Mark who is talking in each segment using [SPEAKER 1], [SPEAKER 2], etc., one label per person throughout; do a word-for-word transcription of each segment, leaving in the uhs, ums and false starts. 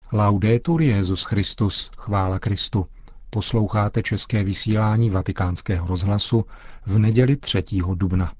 [SPEAKER 1] Laudetur Jesus Christus, chvála Kristu. Posloucháte české vysílání Vatikánského rozhlasu v neděli třetího dubna.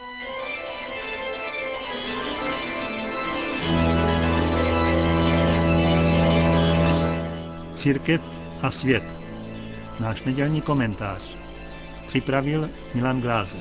[SPEAKER 2] Církev a svět. Náš nedělní komentář. Připravil Milan Glázer.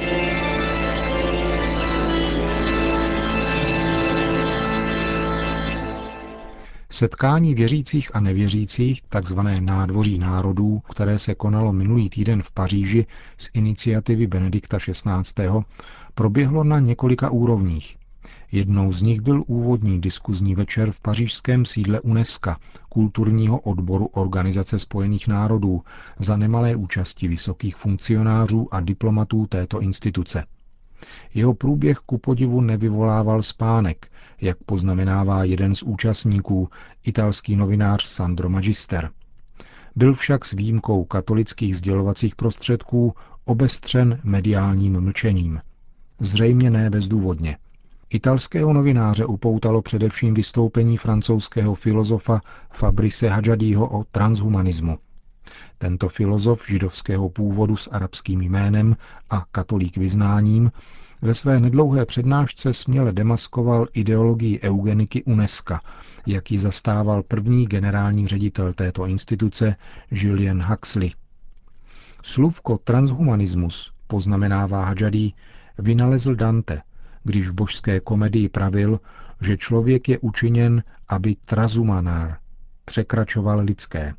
[SPEAKER 1] Setkání věřících a nevěřících, takzvané nádvoří národů, které se konalo minulý týden v Paříži z iniciativy Benedikta šestnáctého. proběhlo na několika úrovních. Jednou z nich byl úvodní diskuzní večer v pařížském sídle UNESCO, kulturního odboru Organizace spojených národů, za nemalé účasti vysokých funkcionářů a diplomatů této instituce. Jeho průběh kupodivu nevyvolával spánek, jak poznamenává jeden z účastníků, italský novinář Sandro Magister. Byl však s výjimkou katolických sdělovacích prostředků obestřen mediálním mlčením. Zřejmě ne bezdůvodně. Italského novináře upoutalo především vystoupení francouzského filozofa Fabrice Hadžadího o transhumanismu. Tento filozof židovského původu s arabským jménem a katolík vyznáním ve své nedlouhé přednášce směle demaskoval ideologii eugeniky UNESCO, jak ji zastával první generální ředitel této instituce Julian Huxley. Slůvko transhumanismus, poznamenává Hadžadí, vynalezl Dante, když v božské komedii pravil, že člověk je učiněn, aby transhumanar, překračoval lidské.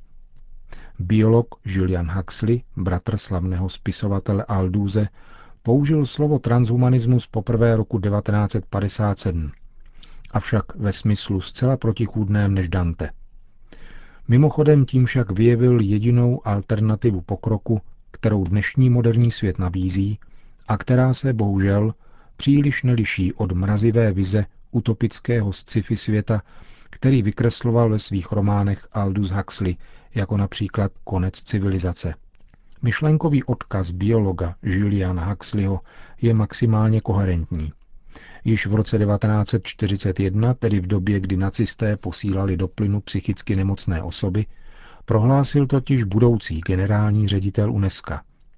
[SPEAKER 1] Biolog Julian Huxley, bratr slavného spisovatele Alduse, použil slovo transhumanismus poprvé roku devatenáct set padesát sedm, avšak ve smyslu zcela protichůdném než Dante. Mimochodem tím však vyjevil jedinou alternativu pokroku, kterou dnešní moderní svět nabízí a která se bohužel příliš neliší od mrazivé vize utopického sci-fi světa, který vykresloval ve svých románech Aldous Huxley, jako například Konec civilizace. Myšlenkový odkaz biologa Juliana Huxleyho je maximálně koherentní. Již v roce devatenáct set čtyřicet jedna, tedy v době, kdy nacisté posílali do plynu psychicky nemocné osoby, prohlásil totiž budoucí generální ředitel UNESCO.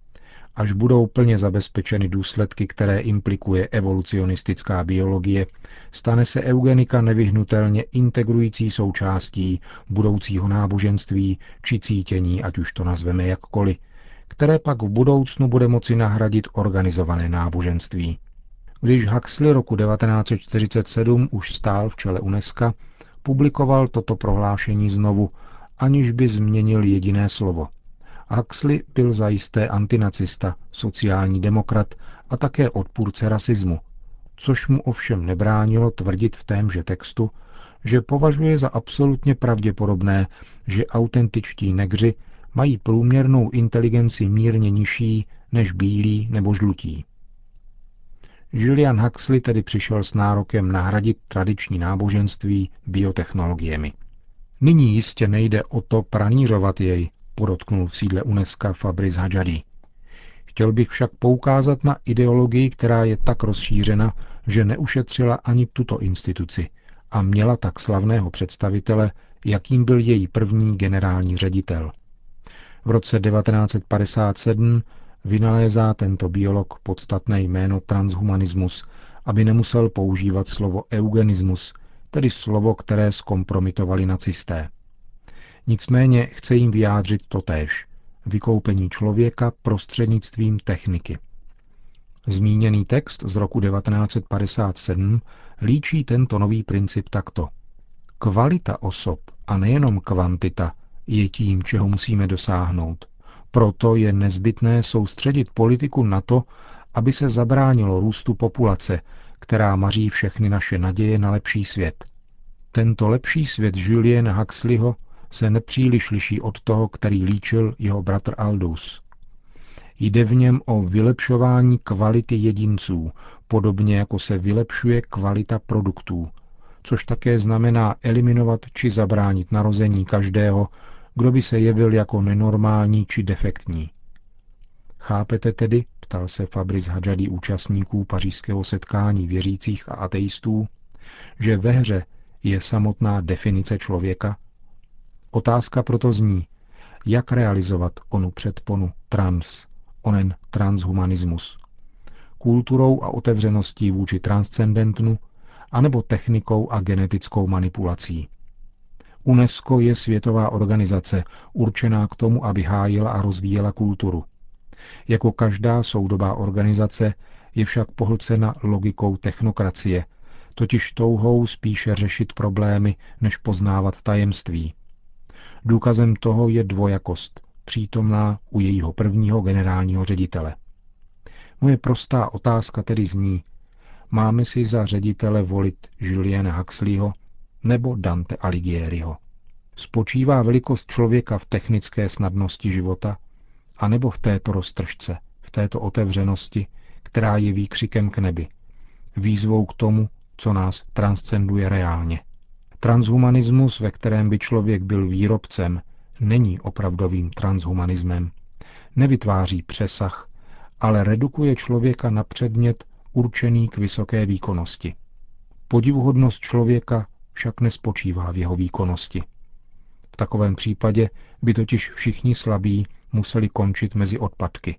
[SPEAKER 1] Až budou plně zabezpečeny důsledky, které implikuje evolucionistická biologie, stane se eugenika nevyhnutelně integrující součástí budoucího náboženství či cítění, ať už to nazveme jakkoliv, které pak v budoucnu bude moci nahradit organizované náboženství. Když Huxley roku devatenáct set čtyřicet sedm už stál v čele UNESCO, publikoval toto prohlášení znovu, aniž by změnil jediné slovo. Huxley byl zajisté antinacista, sociální demokrat a také odpůrce rasismu, což mu ovšem nebránilo tvrdit v témže textu, že považuje za absolutně pravděpodobné, že autentičtí negři mají průměrnou inteligenci mírně nižší než bílí nebo žlutí. Julian Huxley tedy přišel s nárokem nahradit tradiční náboženství biotechnologiemi. Nyní jistě nejde o to pranířovat jej, podotknul v sídle UNESCO Fabrice Hadžadí. Chtěl bych však poukázat na ideologii, která je tak rozšířena, že neušetřila ani tuto instituci a měla tak slavného představitele, jakým byl její první generální ředitel. V roce devatenáct set padesát sedm vynalézá tento biolog podstatné jméno transhumanismus, aby nemusel používat slovo eugenismus, tedy slovo, které zkompromitovali nacisté. Nicméně chce jim vyjádřit totéž, vykoupení člověka prostřednictvím techniky. Zmíněný text z roku devatenáct set padesát sedm líčí tento nový princip takto. Kvalita osob a nejenom kvantita je tím, čeho musíme dosáhnout. Proto je nezbytné soustředit politiku na to, aby se zabránilo růstu populace, která maří všechny naše naděje na lepší svět. Tento lepší svět Juliana Huxleyho se nepříliš liší od toho, který líčil jeho bratr Aldous. Jde v něm o vylepšování kvality jedinců, podobně jako se vylepšuje kvalita produktů, což také znamená eliminovat či zabránit narození každého, kdo by se jevil jako nenormální či defektní. Chápete tedy, ptal se Fabrice Hadžadí účastníků pařížského setkání věřících a ateistů, že ve hře je samotná definice člověka? Otázka proto zní, jak realizovat onu předponu trans, onen transhumanismus. Kulturou a otevřeností vůči transcendentnu, anebo technikou a genetickou manipulací. UNESCO je světová organizace určená k tomu, aby hájila a rozvíjela kulturu. Jako každá soudobá organizace je však pohlcena logikou technokracie, totiž touhou spíše řešit problémy, než poznávat tajemství. Důkazem toho je dvojakost, přítomná u jejího prvního generálního ředitele. Moje prostá otázka tedy zní, máme si za ředitele volit Juliana Huxleyho nebo Dante Alighieriho? Spočívá velikost člověka v technické snadnosti života, anebo v této roztržce, v této otevřenosti, která je výkřikem k nebi, výzvou k tomu, co nás transcenduje reálně? Transhumanismus, ve kterém by člověk byl výrobcem, není opravdovým transhumanismem. Nevytváří přesah, ale redukuje člověka na předmět určený k vysoké výkonnosti. Podivuhodnost člověka však nespočívá v jeho výkonnosti. V takovém případě by totiž všichni slabí museli končit mezi odpadky.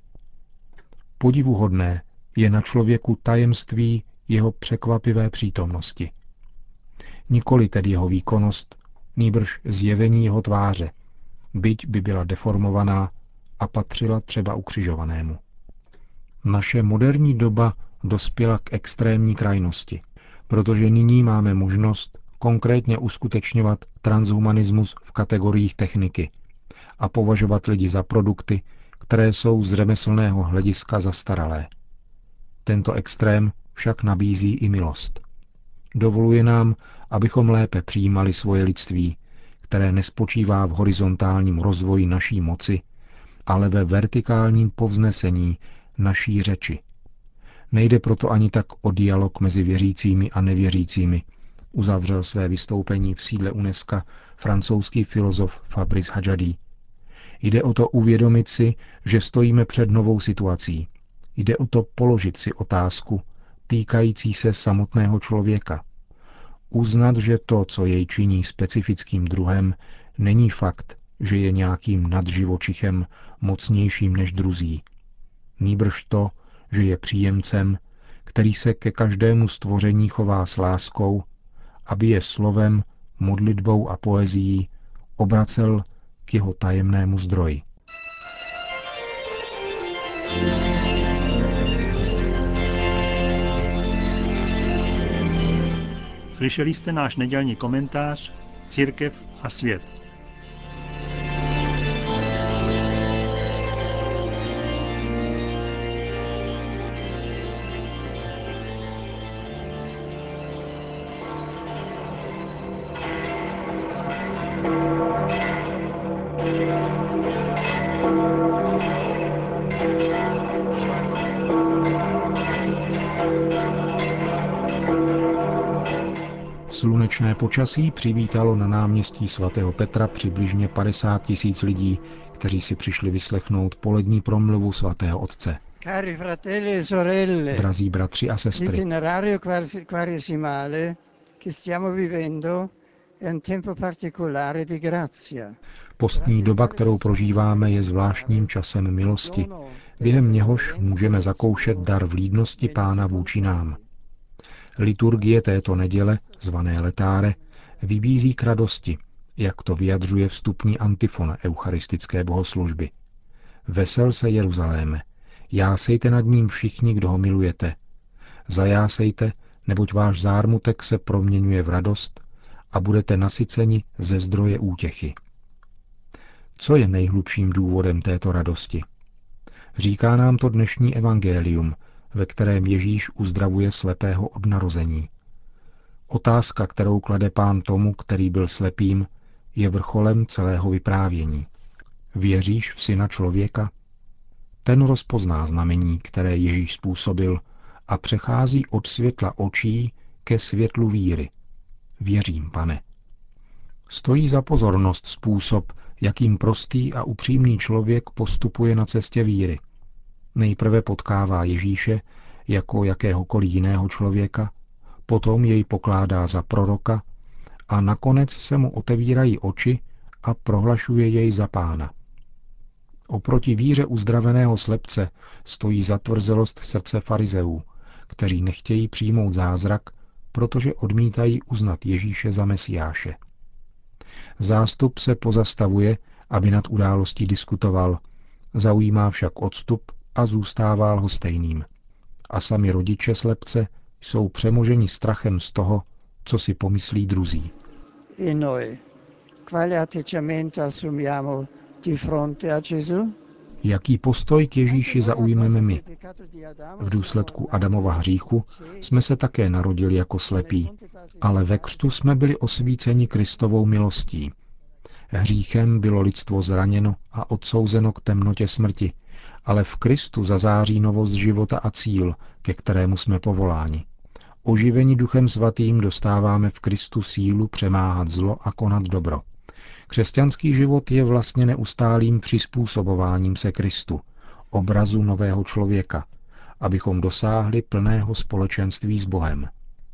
[SPEAKER 1] Podivuhodné je na člověku tajemství jeho překvapivé přítomnosti. Nikoli tedy jeho výkonnost, nýbrž zjevení jeho tváře, byť by byla deformovaná a patřila třeba ukřižovanému. Naše moderní doba dospěla k extrémní krajnosti, protože nyní máme možnost konkrétně uskutečňovat transhumanismus v kategoriích techniky a považovat lidi za produkty, které jsou z řemeslného hlediska zastaralé. Tento extrém však nabízí i milost. Dovoluje nám, abychom lépe přijímali svoje lidství, které nespočívá v horizontálním rozvoji naší moci, ale ve vertikálním povznesení naší řeči. Nejde proto ani tak o dialog mezi věřícími a nevěřícími, uzavřel své vystoupení v sídle UNESCO francouzský filozof Fabrice Hadjadí. Jde o to uvědomit si, že stojíme před novou situací. Jde o to položit si otázku týkající se samotného člověka. Uznat, že to, co jej činí specifickým druhem, není fakt, že je nějakým nadživočichem mocnějším než druzí. Nýbrž to, že je příjemcem, který se ke každému stvoření chová s láskou, aby je slovem, modlitbou a poezií obracel k jeho tajemnému zdroji.
[SPEAKER 2] Slyšeli jste náš nedělní komentář Církev a svět.
[SPEAKER 1] Slunečné počasí přivítalo na náměstí svatého Petra přibližně padesát tisíc lidí, kteří si přišli vyslechnout polední promluvu svatého otce.
[SPEAKER 3] Cari fratelli e sorelle,
[SPEAKER 1] Drazí bratři a sestry,
[SPEAKER 3] l'itinerario quaresimale che stiamo vivendo è un tempo particolare di grazia.
[SPEAKER 1] Postní doba, kterou prožíváme, je zvláštním časem milosti, během něhož můžeme zakoušet dar vlídnosti Pána vůči nám. Liturgie této neděle, zvané letáre, vybízí k radosti, jak to vyjadřuje vstupní antifona eucharistické bohoslužby. Vesel se Jeruzaléme, jásejte nad ním všichni, kdo ho milujete. Zajásejte, neboť váš zármutek se proměňuje v radost a budete nasyceni ze zdroje útěchy. Co je nejhlubším důvodem této radosti? Říká nám to dnešní evangelium, ve kterém Ježíš uzdravuje slepého od narození. Otázka, kterou klade Pán tomu, který byl slepým, je vrcholem celého vyprávění. Věříš v Syna člověka? Ten rozpozná znamení, které Ježíš způsobil, a přechází od světla očí ke světlu víry. Věřím, Pane. Stojí za pozornost způsob, jakým prostý a upřímný člověk postupuje na cestě víry. Nejprve potkává Ježíše jako jakéhokoliv jiného člověka, potom jej pokládá za proroka a nakonec se mu otevírají oči a prohlašuje jej za pána. Oproti víře uzdraveného slepce stojí zatvrzelost srdce farizeů, kteří nechtějí přijmout zázrak, protože odmítají uznat Ježíše za Mesiáše. Zástup se pozastavuje, aby nad událostí diskutoval, zaujímá však odstup a zůstává lhostejným. A sami rodiče slepce jsou přemoženi strachem z toho, co si pomyslí druzí.
[SPEAKER 3] E noi, quale atteggiamento assumiamo di fronte a Gesù?
[SPEAKER 1] Jaký postoj k Ježíši zaujmeme my? V důsledku Adamova hříchu jsme se také narodili jako slepí, ale ve křtu jsme byli osvíceni Kristovou milostí. Hříchem bylo lidstvo zraněno a odsouzeno k temnotě smrti, ale v Kristu zazáří novost života a cíl, ke kterému jsme povoláni. Oživení Duchem Svatým dostáváme v Kristu sílu přemáhat zlo a konat dobro. Křesťanský život je vlastně neustálým přizpůsobováním se Kristu, obrazu nového člověka, abychom dosáhli plného společenství s Bohem.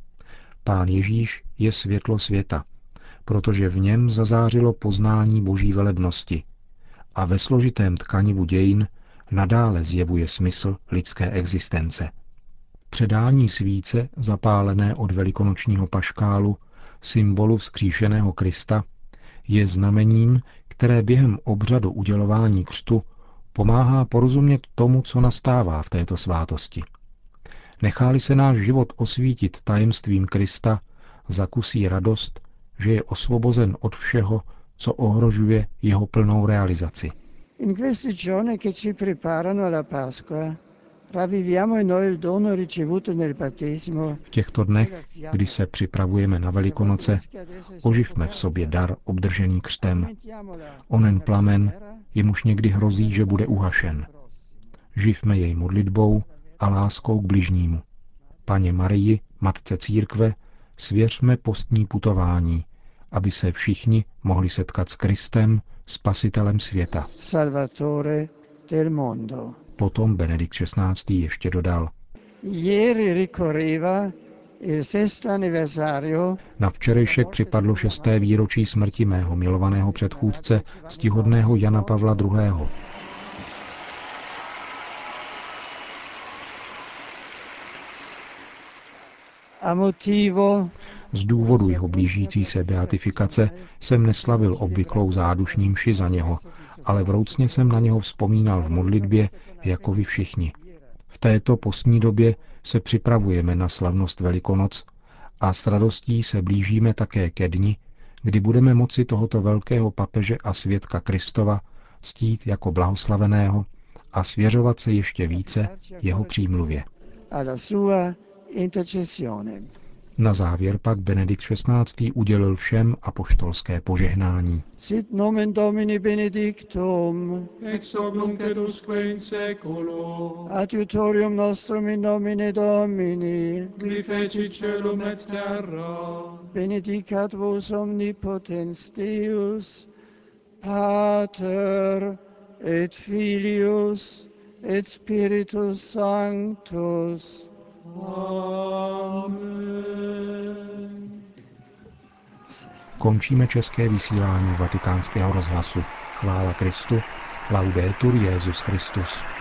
[SPEAKER 1] Pán Ježíš je světlo světa, protože v něm zazářilo poznání Boží velebnosti a ve složitém tkanivu dějin nadále zjevuje smysl lidské existence. Předání svíce, zapálené od velikonočního paškálu, symbolu vzkříšeného Krista, je znamením, které během obřadu udělování křtu pomáhá porozumět tomu, co nastává v této svátosti. Nechá-li se náš život osvítit tajemstvím Krista, zakusí radost, že je osvobozen od všeho, co ohrožuje jeho plnou realizaci.
[SPEAKER 3] In questi giorni che ci preparano alla Pasqua, ravviviamo in noi il dono ricevuto nel battesimo.
[SPEAKER 1] V těchto dnech, kdy se připravujeme na Velikonoce, oživme v sobě dar obdržený křtem. Onen plamen, jemuž někdy hrozí, že bude uhašen. Živme jej modlitbou a láskou k bližnímu. Paně Marii, Matce Církve, svěřme postní putování, aby se všichni mohli setkat s Kristem, Spasitelem světa.
[SPEAKER 3] Salvatore del mondo.
[SPEAKER 1] Potom Benedikt šestnáctý ještě dodal:
[SPEAKER 3] Ieri ricorreva il sesto anniversario.
[SPEAKER 1] Na včerejšek připadlo šesté výročí smrti mého milovaného předchůdce, ctihodného Jana Pavla druhého.
[SPEAKER 3] A motivo
[SPEAKER 1] Z důvodu jeho blížící se beatifikace jsem neslavil obvyklou zádušní mši za něho, ale vroucně jsem na něho vzpomínal v modlitbě, jako vy všichni. V této postní době se připravujeme na slavnost Velikonoc a s radostí se blížíme také ke dni, kdy budeme moci tohoto velkého papeže a svědka Kristova ctít jako blahoslaveného a svěřovat se ještě více jeho přímluvě. Na závěr pak Benedikt šestnáctý udělil všem apoštolské požehnání.
[SPEAKER 3] Sit nomen Domini benedictum,
[SPEAKER 4] ex hoc nunc et usque in seculo,
[SPEAKER 3] adiutorium nostrum in nomine Domini,
[SPEAKER 4] qui fecit caelum et terra,
[SPEAKER 3] benedicat vos omnipotens Deus, Pater et Filius et Spiritus Sanctus.
[SPEAKER 4] Amen.
[SPEAKER 1] Končíme české vysílání Vatikánského rozhlasu. Chvála Kristu. Laudetur Jesus Christus.